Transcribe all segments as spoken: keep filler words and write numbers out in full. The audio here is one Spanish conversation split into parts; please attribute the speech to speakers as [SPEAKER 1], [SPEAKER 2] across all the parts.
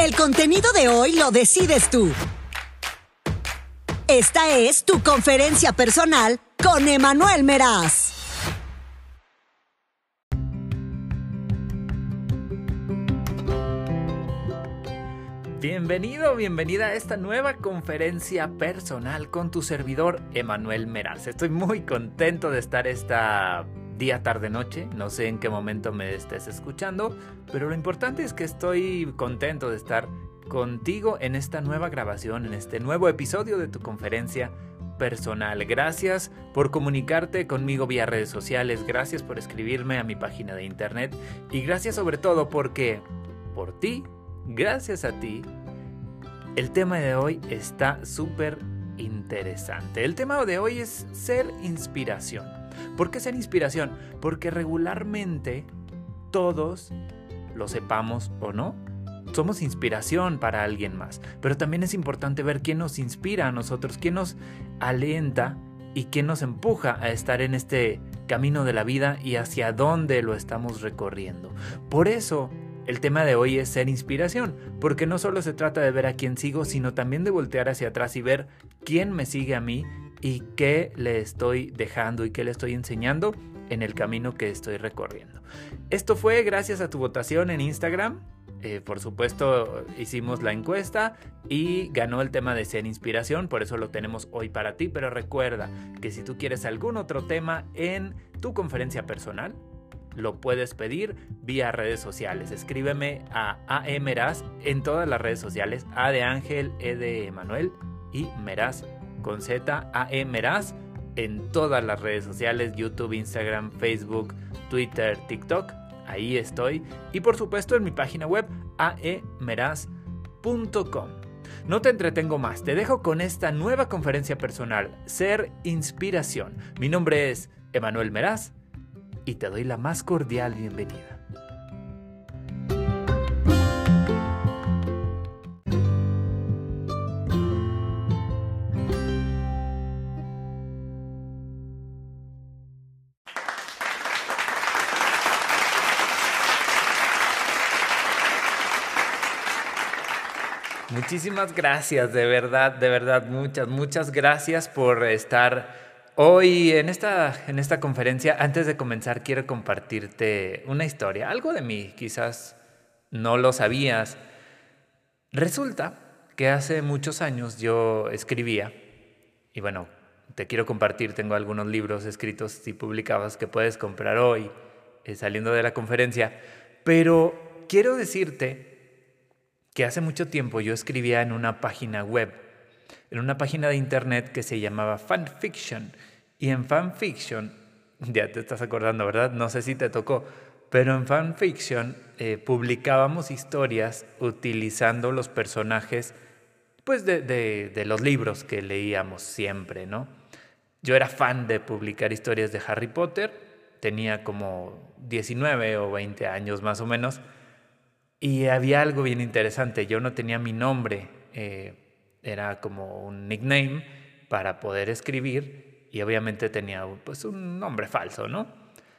[SPEAKER 1] El contenido de hoy lo decides tú. Esta es tu conferencia personal con Emanuel Meraz.
[SPEAKER 2] Bienvenido, bienvenida a esta nueva conferencia personal con tu servidor Emanuel Meraz. Estoy muy contento de estar esta día, tarde, noche. No sé en qué momento me estés escuchando, pero lo importante es que estoy contento de estar contigo en esta nueva grabación, en este nuevo episodio de tu conferencia personal. Gracias por comunicarte conmigo vía redes sociales, gracias por escribirme a mi página de internet y gracias sobre todo porque por ti, gracias a ti, el tema de hoy está súper interesante. El tema de hoy es ser inspiración. ¿Por qué ser inspiración? Porque regularmente todos, lo sepamos o no, somos inspiración para alguien más. Pero también es importante ver quién nos inspira a nosotros, quién nos alienta y quién nos empuja a estar en este camino de la vida y hacia dónde lo estamos recorriendo. Por eso, el tema de hoy es ser inspiración, porque no solo se trata de ver a quién sigo, sino también de voltear hacia atrás y ver quién me sigue a mí y qué le estoy dejando y qué le estoy enseñando en el camino que estoy recorriendo. Esto fue gracias a tu votación en Instagram. Eh, por supuesto, hicimos la encuesta y ganó el tema de ser inspiración, por eso lo tenemos hoy para ti. Pero recuerda que si tú quieres algún otro tema en tu conferencia personal, lo puedes pedir vía redes sociales. Escríbeme a aemeraz en todas las redes sociales. A de Ángel, E de Emanuel y Meraz con Z, aemeraz en todas las redes sociales. YouTube, Instagram, Facebook, Twitter, TikTok. Ahí estoy. Y por supuesto en mi página web aemeraz punto com. No te entretengo más. Te dejo con esta nueva conferencia personal. Ser inspiración. Mi nombre es Emanuel Meraz. Y te doy la más cordial bienvenida. Muchísimas gracias, de verdad, de verdad, muchas, muchas gracias por estar hoy en esta, en esta conferencia. Antes de comenzar, quiero compartirte una historia, algo de mí, quizás no lo sabías. Resulta que hace muchos años yo escribía, y bueno, te quiero compartir, tengo algunos libros escritos y publicados que puedes comprar hoy, eh, saliendo de la conferencia, pero quiero decirte que hace mucho tiempo yo escribía en una página web, en una página de internet que se llamaba Fanfiction. Y en Fanfiction, ya te estás acordando, ¿verdad? No sé si te tocó, pero en Fanfiction eh, publicábamos historias utilizando los personajes pues, de, de, de los libros que leíamos siempre, ¿no? Yo era fan de publicar historias de Harry Potter, tenía como diecinueve o veinte años más o menos, y había algo bien interesante. Yo no tenía mi nombre, eh, era como un nickname para poder escribir y obviamente tenía pues, un nombre falso, ¿no?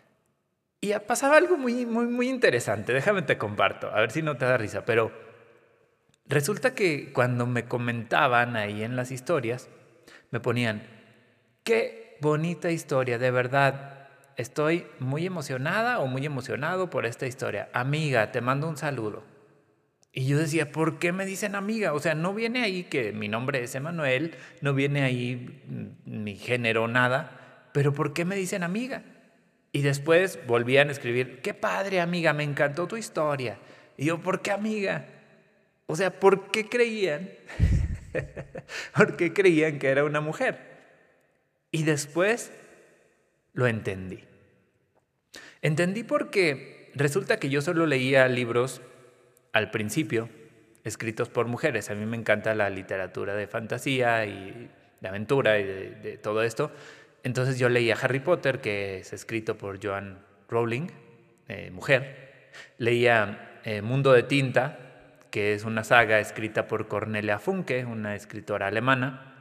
[SPEAKER 2] Y pasaba algo muy, muy, muy interesante. Déjame te comparto, a ver si no te da risa, pero resulta que cuando me comentaban ahí en las historias, me ponían, qué bonita historia, de verdad. Estoy muy emocionada o muy emocionado por esta historia. Amiga, te mando un saludo. Y yo decía, ¿por qué me dicen amiga? O sea, no viene ahí que mi nombre es Emanuel, no viene ahí mi género, nada. Pero ¿por qué me dicen amiga? Y después volvían a escribir, qué padre amiga, me encantó tu historia. Y yo, ¿por qué amiga? O sea, ¿por qué creían? ¿Por qué creían que era una mujer? Y después lo entendí. Entendí porque resulta que yo solo leía libros al principio escritos por mujeres. A mí me encanta la literatura de fantasía y de aventura y de, de todo esto. Entonces yo leía Harry Potter, que es escrito por Joanne Rowling, eh, mujer. Leía eh, Mundo de Tinta, que es una saga escrita por Cornelia Funke, una escritora alemana.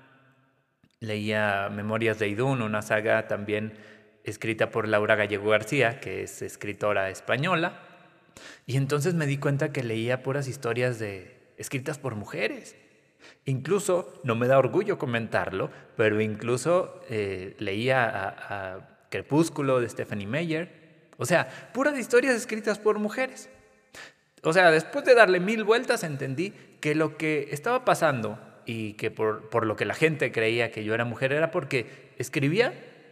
[SPEAKER 2] Leía Memorias de Idún, una saga también escrita por Laura Gallego García, que es escritora española. Y entonces me di cuenta que leía puras historias de, escritas por mujeres. Incluso, no me da orgullo comentarlo, pero incluso eh, leía a, a Crepúsculo de Stephanie Meyer. O sea, puras historias escritas por mujeres. O sea, después de darle mil vueltas entendí que lo que estaba pasando y que por, por lo que la gente creía que yo era mujer era porque escribía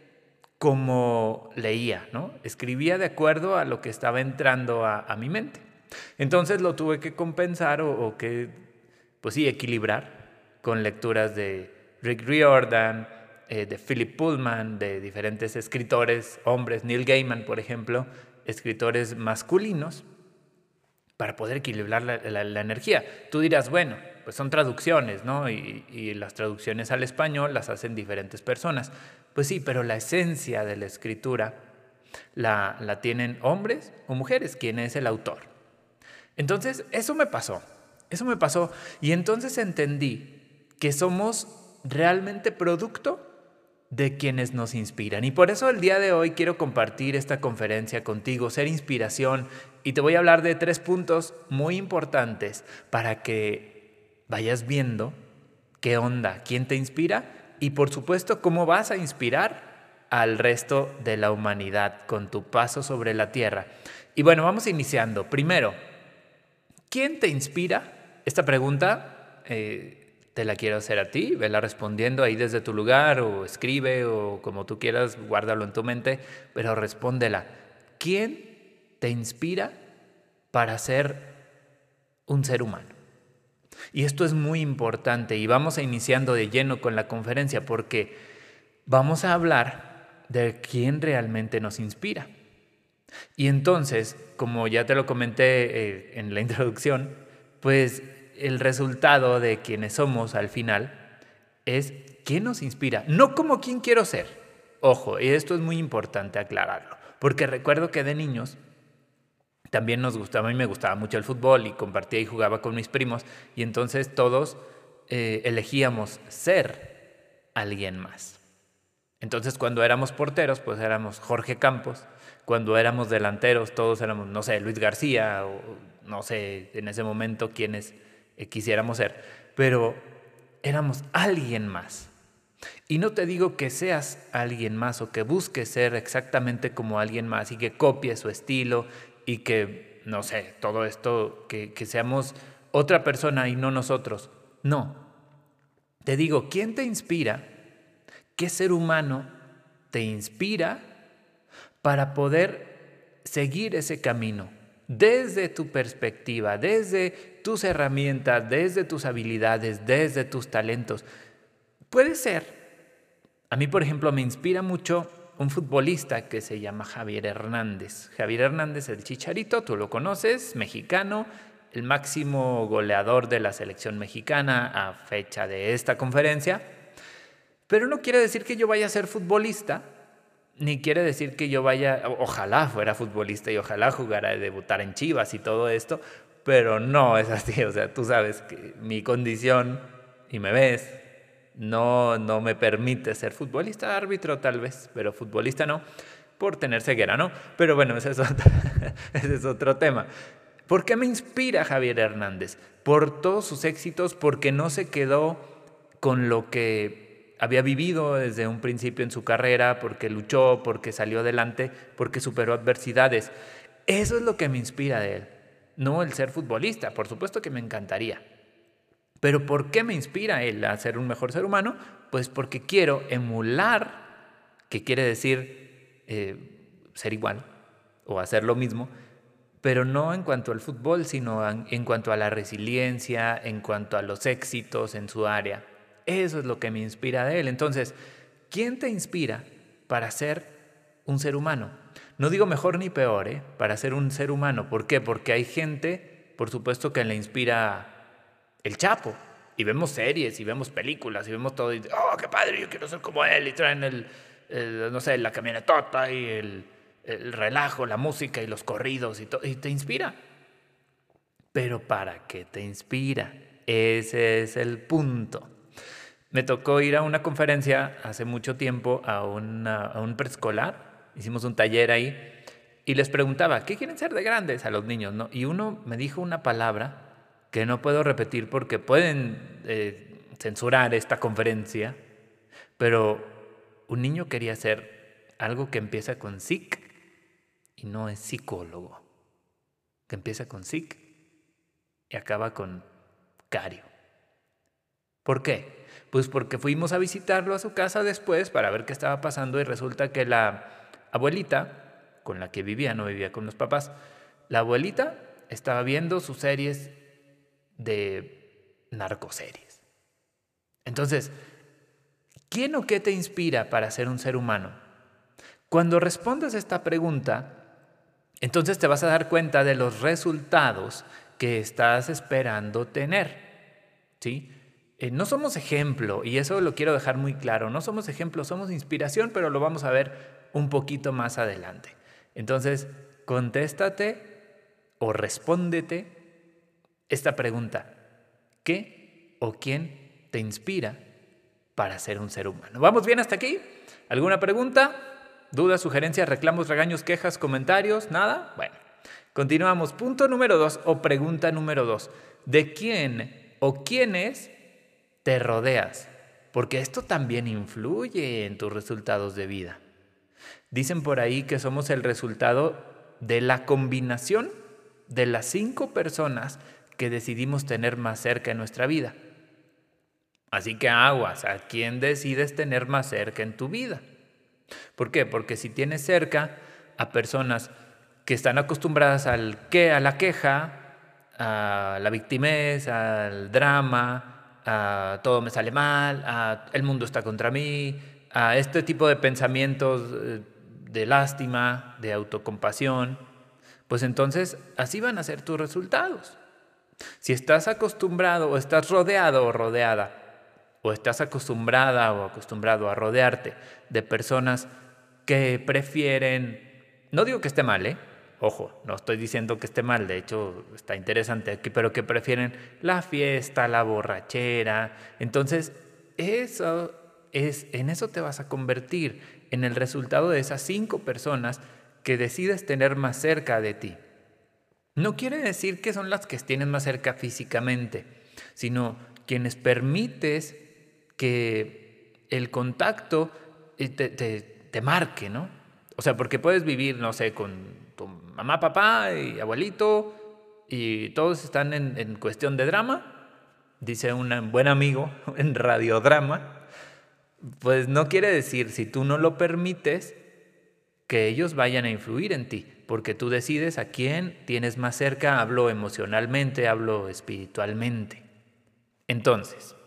[SPEAKER 2] como leía, ¿no? Escribía de acuerdo a lo que estaba entrando a, a mi mente. Entonces lo tuve que compensar o, o que, pues sí, equilibrar con lecturas de Rick Riordan, eh, de Philip Pullman, de diferentes escritores, hombres, Neil Gaiman, por ejemplo, escritores masculinos, para poder equilibrar la, la, la energía. Tú dirás, bueno, pues son traducciones, ¿no? Y, y las traducciones al español las hacen diferentes personas. Pues sí, pero la esencia de la escritura la, la tienen hombres o mujeres, quien es el autor. Entonces, eso me pasó, eso me pasó. Y entonces entendí que somos realmente producto de quienes nos inspiran. Y por eso el día de hoy quiero compartir esta conferencia contigo, ser inspiración, y te voy a hablar de tres puntos muy importantes para que vayas viendo qué onda, quién te inspira y por supuesto cómo vas a inspirar al resto de la humanidad con tu paso sobre la tierra. Y bueno, vamos iniciando. Primero, ¿quién te inspira? Esta pregunta eh, te la quiero hacer a ti, vela respondiendo ahí desde tu lugar o escribe o como tú quieras, guárdalo en tu mente, pero respóndela. ¿Quién te inspira para ser un ser humano? Y esto es muy importante y vamos a iniciando de lleno con la conferencia porque vamos a hablar de quién realmente nos inspira. Y entonces, como ya te lo comenté eh, en la introducción, pues el resultado de quienes somos al final es quién nos inspira, no como quién quiero ser. Ojo, y esto es muy importante aclararlo, porque recuerdo que de niños también nos gustaba, a mí me gustaba mucho el fútbol y compartía y jugaba con mis primos, y entonces todos eh, elegíamos ser alguien más. Entonces cuando éramos porteros, pues éramos Jorge Campos. Cuando éramos delanteros, todos éramos, no sé, Luis García o no sé, en ese momento quienes eh, quisiéramos ser. Pero éramos alguien más. Y no te digo que seas alguien más o que busques ser exactamente como alguien más y que copies su estilo y que, no sé, todo esto, que, que seamos otra persona y no nosotros. No. Te digo, ¿quién te inspira? ¿Qué ser humano te inspira para poder seguir ese camino? Desde tu perspectiva, desde tus herramientas, desde tus habilidades, desde tus talentos. Puede ser, a mí por ejemplo me inspira mucho un futbolista que se llama Javier Hernández. Javier Hernández, el Chicharito, tú lo conoces, mexicano, el máximo goleador de la selección mexicana a fecha de esta conferencia. Pero no quiere decir que yo vaya a ser futbolista, ni quiere decir que yo vaya, ojalá fuera futbolista y ojalá jugara a debutar en Chivas y todo esto, pero no es así. O sea, tú sabes que mi condición, y me ves, no, no me permite ser futbolista, árbitro tal vez, pero futbolista no, por tener ceguera, ¿no? Pero bueno, ese es otro, ese es otro tema. ¿Por qué me inspira Javier Hernández? Por todos sus éxitos, porque no se quedó con lo que había vivido desde un principio en su carrera, porque luchó, porque salió adelante, porque superó adversidades. Eso es lo que me inspira de él, no el ser futbolista. Por supuesto que me encantaría. Pero ¿por qué me inspira él a ser un mejor ser humano? Pues porque quiero emular, que quiere decir eh, ser igual o hacer lo mismo, pero no en cuanto al fútbol, sino en, en cuanto a la resiliencia, en cuanto a los éxitos en su área. Eso es lo que me inspira de él. Entonces, ¿quién te inspira para ser un ser humano? No digo mejor ni peor, ¿eh? Para ser un ser humano. ¿Por qué? Porque hay gente, por supuesto, que le inspira el Chapo. Y vemos series, y vemos películas, y vemos todo. Y, ¡oh, qué padre! Yo quiero ser como él. Y traen el, el no sé, la camionetota y el, el relajo, la música y los corridos y todo. Y te inspira. Pero ¿para qué te inspira? Ese es el punto. Me tocó ir a una conferencia hace mucho tiempo a, una, a un preescolar. Hicimos un taller ahí y les preguntaba, ¿qué quieren ser de grandes a los niños? ¿No? Y uno me dijo una palabra que no puedo repetir porque pueden eh, censurar esta conferencia, pero un niño quería ser algo que empieza con psic y no es psicólogo, que empieza con psic y acaba con cario. ¿Por qué? Pues porque fuimos a visitarlo a su casa después para ver qué estaba pasando y resulta que la abuelita con la que vivía, no vivía con los papás, la abuelita estaba viendo sus series de narcoseries. Entonces, ¿quién o qué te inspira para ser un ser humano? Cuando respondas esta pregunta, entonces te vas a dar cuenta de los resultados que estás esperando tener, ¿sí? Eh, no somos ejemplo, y eso lo quiero dejar muy claro, no somos ejemplo, somos inspiración, pero lo vamos a ver un poquito más adelante. Entonces, contéstate o respóndete esta pregunta: ¿qué o quién te inspira para ser un ser humano? ¿Vamos bien hasta aquí? ¿Alguna pregunta? ¿Dudas, sugerencias, reclamos, regaños, quejas, comentarios? ¿Nada? Bueno, continuamos. Punto número dos o pregunta número dos. ¿De quién o quiénes te rodeas? Porque esto también influye en tus resultados de vida. Dicen por ahí que somos el resultado de la combinación de las cinco personas que decidimos tener más cerca en nuestra vida. Así que aguas, ¿a quién decides tener más cerca en tu vida? ¿Por qué? Porque si tienes cerca a personas que están acostumbradas al que, a la queja, a la victimez, al drama, a todo me sale mal, a el mundo está contra mí, a este tipo de pensamientos de lástima, de autocompasión, pues entonces así van a ser tus resultados. Si estás acostumbrado o estás rodeado o rodeada, o estás acostumbrada o acostumbrado a rodearte de personas que prefieren, no digo que esté mal, ¿eh? Ojo, no estoy diciendo que esté mal, de hecho está interesante aquí, pero que prefieren la fiesta, la borrachera, entonces eso es, en eso te vas a convertir, en el resultado de esas cinco personas que decides tener más cerca de ti. No quiere decir que son las que tienen más cerca físicamente, sino quienes permites que el contacto te, te, te marque, ¿no? O sea, porque puedes vivir, no sé, con tu mamá, papá y abuelito y todos están en, en cuestión de drama, dice un buen amigo en radiodrama, pues no quiere decir, si tú no lo permites, que ellos vayan a influir en ti, porque tú decides a quién tienes más cerca, hablo emocionalmente, hablo espiritualmente. Entonces,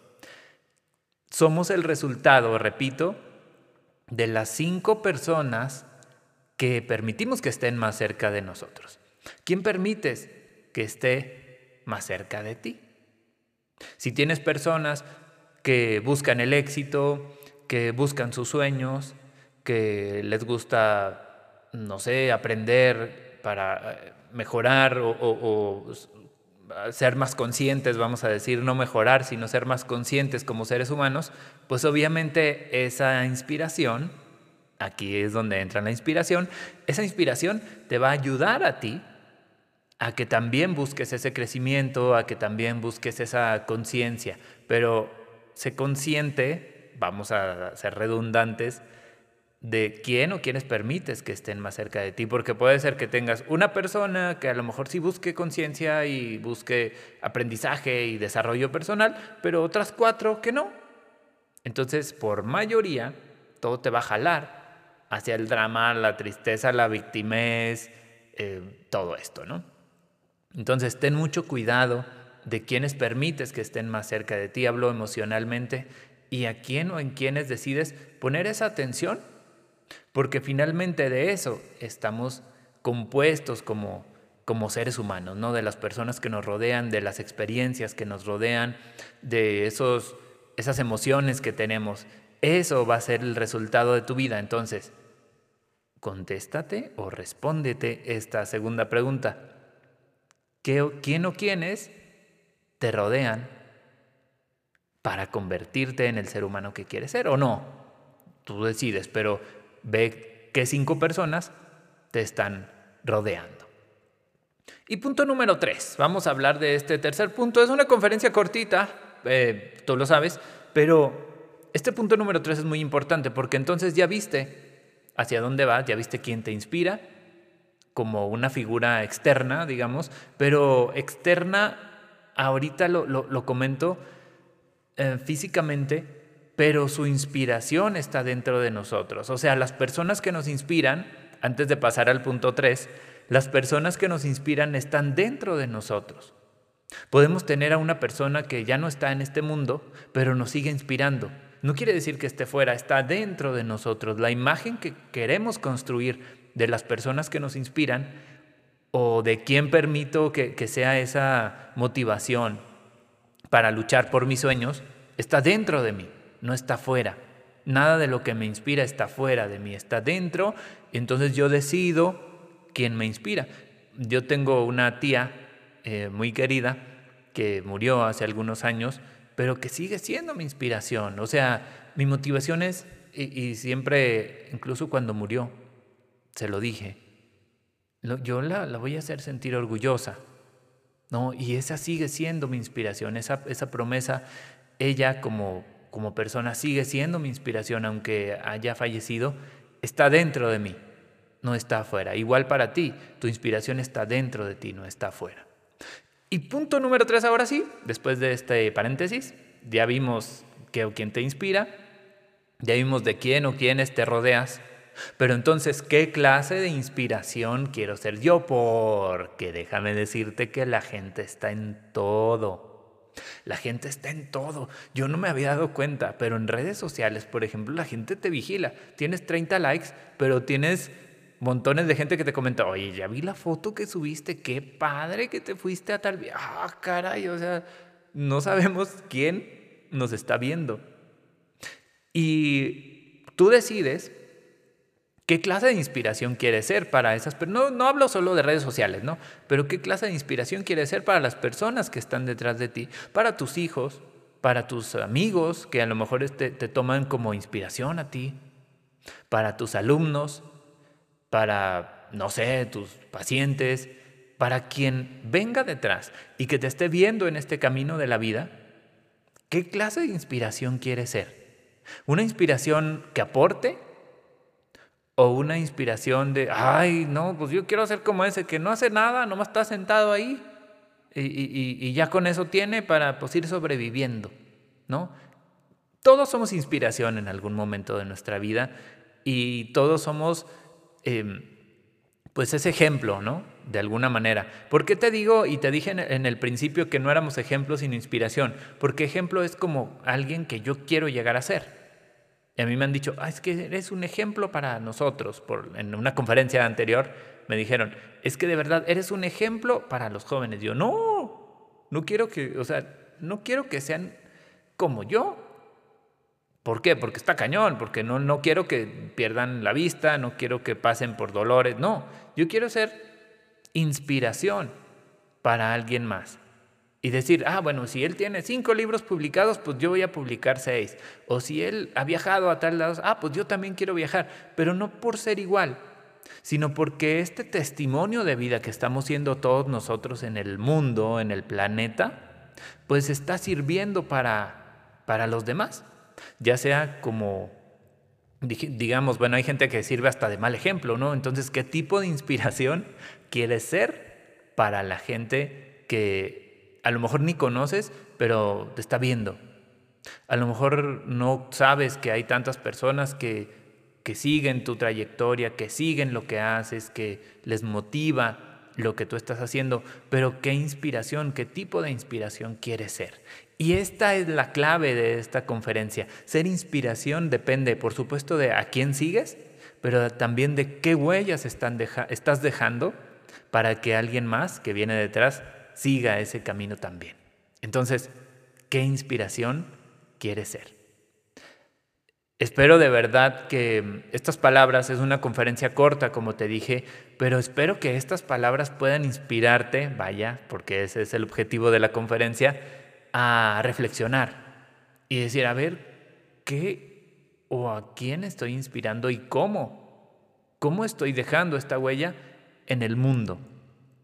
[SPEAKER 2] somos el resultado, repito, de las cinco personas que permitimos que estén más cerca de nosotros. ¿Quién permites que esté más cerca de ti? Si tienes personas que buscan el éxito, que buscan sus sueños, que les gusta, no sé, aprender para mejorar o, o, o ser más conscientes, vamos a decir, no mejorar, sino ser más conscientes como seres humanos, pues obviamente esa inspiración, aquí es donde entra la inspiración, esa inspiración te va a ayudar a ti a que también busques ese crecimiento, a que también busques esa conciencia, pero sé consciente, vamos a ser redundantes, de quién o quiénes permites que estén más cerca de ti, porque puede ser que tengas una persona que a lo mejor sí busque conciencia y busque aprendizaje y desarrollo personal, pero otras cuatro que no. Entonces, por mayoría, todo te va a jalar hacia el drama, la tristeza, la victimez, eh, todo esto, ¿no? Entonces, ten mucho cuidado de quiénes permites que estén más cerca de ti, hablo emocionalmente, y a quién o en quiénes decides poner esa atención, porque finalmente de eso estamos compuestos como, como seres humanos, ¿no? De las personas que nos rodean, de las experiencias que nos rodean, de esos, esas emociones que tenemos. Eso va a ser el resultado de tu vida. Entonces, contéstate o respóndete esta segunda pregunta. ¿Qué, ¿Quién o quiénes te rodean para convertirte en el ser humano que quieres ser o no? Tú decides, pero ve qué cinco personas te están rodeando. Y punto número tres, vamos a hablar de este tercer punto. Es una conferencia cortita, eh, tú lo sabes, pero este punto número tres es muy importante porque entonces ya viste hacia dónde vas, ya viste quién te inspira como una figura externa, digamos, pero externa, ahorita lo, lo, lo comento eh, físicamente, pero su inspiración está dentro de nosotros. O sea, las personas que nos inspiran, antes de pasar al punto tres, las personas que nos inspiran están dentro de nosotros. Podemos tener a una persona que ya no está en este mundo, pero nos sigue inspirando. No quiere decir que esté fuera, está dentro de nosotros. La imagen que queremos construir de las personas que nos inspiran o de quién permito que, que sea esa motivación para luchar por mis sueños, está dentro de mí, no está fuera. Nada de lo que me inspira está fuera de mí, está dentro. Entonces yo decido quién me inspira. Yo tengo una tía eh, muy querida que murió hace algunos años, pero que sigue siendo mi inspiración. O sea, mi motivación es, y, y siempre, incluso cuando murió, se lo dije, lo, yo la, la voy a hacer sentir orgullosa, ¿no? Y esa sigue siendo mi inspiración, esa, esa promesa, ella como, como persona sigue siendo mi inspiración, aunque haya fallecido, está dentro de mí. No está afuera. Igual para ti, tu inspiración está dentro de ti, no está afuera. Y punto número tres, ahora sí, después de este paréntesis, ya vimos qué o quién te inspira, ya vimos de quién o quiénes te rodeas, pero entonces, ¿qué clase de inspiración quiero ser yo? Porque déjame decirte que la gente está en todo. La gente está en todo. Yo no me había dado cuenta, pero en redes sociales, por ejemplo, la gente te vigila. Tienes treinta likes, pero tienes montones de gente que te comenta, oye, ya vi la foto que subiste, qué padre que te fuiste a tal viaje. Ah, caray, o sea, no sabemos quién nos está viendo. Y tú decides qué clase de inspiración quieres ser para esas personas. No, no hablo solo de redes sociales, ¿no? Pero qué clase de inspiración quieres ser para las personas que están detrás de ti, para tus hijos, para tus amigos que a lo mejor te, te toman como inspiración a ti, para tus alumnos, para, no sé, tus pacientes, para quien venga detrás y que te esté viendo en este camino de la vida, ¿qué clase de inspiración quieres ser? ¿Una inspiración que aporte? ¿O una inspiración de, ay, no, pues yo quiero ser como ese que no hace nada, nomás está sentado ahí y, y, y ya con eso tiene para pues, ir sobreviviendo, ¿no? Todos somos inspiración en algún momento de nuestra vida y todos somos Eh, pues ese ejemplo, ¿no? De alguna manera. ¿Por qué te digo y te dije en, en el principio que no éramos ejemplos sino inspiración? Porque ejemplo es como alguien que yo quiero llegar a ser. Y a mí me han dicho, ah, es que eres un ejemplo para nosotros. Por, en una conferencia anterior me dijeron, es que de verdad eres un ejemplo para los jóvenes. Yo, no, no quiero que, o sea, no quiero que sean como yo. ¿Por qué? Porque está cañón, porque no, no quiero que pierdan la vista, no quiero que pasen por dolores, no. Yo quiero ser inspiración para alguien más. Y decir, ah, bueno, si él tiene cinco libros publicados, pues yo voy a publicar seis. O si él ha viajado a tal lado, ah, pues yo también quiero viajar. Pero no por ser igual, sino porque este testimonio de vida que estamos siendo todos nosotros en el mundo, en el planeta, pues está sirviendo para, para los demás. Ya sea como, digamos, bueno, hay gente que sirve hasta de mal ejemplo, ¿no? Entonces, ¿qué tipo de inspiración quieres ser para la gente que a lo mejor ni conoces, pero te está viendo? A lo mejor no sabes que hay tantas personas que, que siguen tu trayectoria, que siguen lo que haces, que les motiva lo que tú estás haciendo, pero ¿qué inspiración, qué tipo de inspiración quieres ser? Y esta es la clave de esta conferencia. Ser inspiración depende, por supuesto, de a quién sigues, pero también de qué huellas están deja- estás dejando para que alguien más que viene detrás siga ese camino también. Entonces, ¿qué inspiración quieres ser? Espero de verdad que estas palabras, es una conferencia corta, como te dije, pero espero que estas palabras puedan inspirarte, vaya, porque ese es el objetivo de la conferencia, a reflexionar y decir, a ver, ¿qué o a quién estoy inspirando y cómo? ¿Cómo estoy dejando esta huella en el mundo?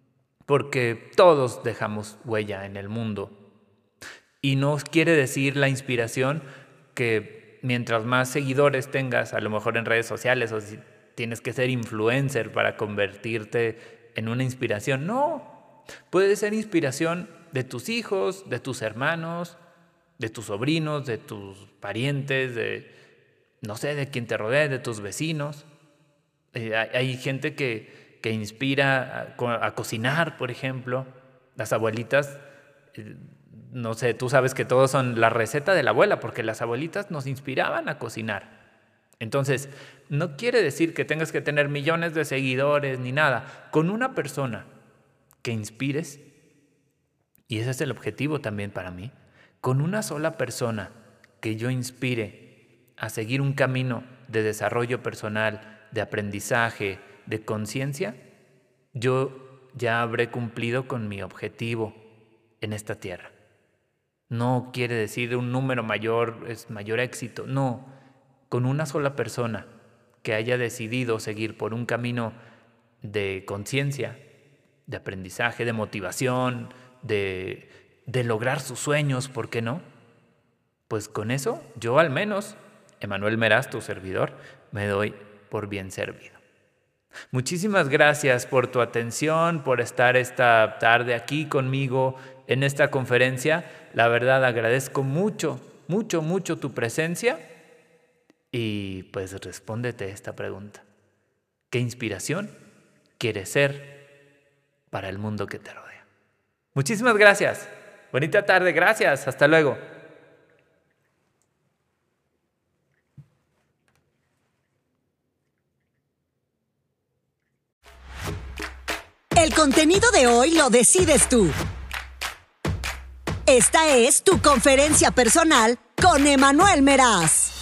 [SPEAKER 2] porque todos dejamos huella en el mundo. Y no quiere decir la inspiración que mientras más seguidores tengas, a lo mejor en redes sociales, o si tienes que ser influencer para convertirte en una inspiración. No, puede ser inspiración de tus hijos, de tus hermanos, de tus sobrinos, de tus parientes, de, no sé, de quien te rodee, de tus vecinos. Eh, hay, hay gente que, que inspira a, a cocinar, por ejemplo. Las abuelitas, eh, no sé, tú sabes que todos son la receta de la abuela, porque las abuelitas nos inspiraban a cocinar. Entonces, no quiere decir que tengas que tener millones de seguidores ni nada. Con una persona que inspires, y ese es el objetivo también para mí, con una sola persona que yo inspire a seguir un camino de desarrollo personal, de aprendizaje, de conciencia, yo ya habré cumplido con mi objetivo en esta tierra. No quiere decir un número mayor es mayor éxito, no. Con una sola persona que haya decidido seguir por un camino de conciencia, de aprendizaje, de motivación, de, de lograr sus sueños, ¿por qué no? Pues con eso, yo al menos, Emanuel Meraz, tu servidor, me doy por bien servido. Muchísimas gracias por tu atención, por estar esta tarde aquí conmigo en esta conferencia. La verdad agradezco mucho, mucho, mucho tu presencia y pues respóndete esta pregunta. ¿Qué inspiración quieres ser para el mundo que te rodea? Muchísimas gracias. Bonita tarde, gracias. Hasta luego.
[SPEAKER 1] El contenido de hoy lo decides tú. Esta es tu conferencia personal con Emanuel Meraz.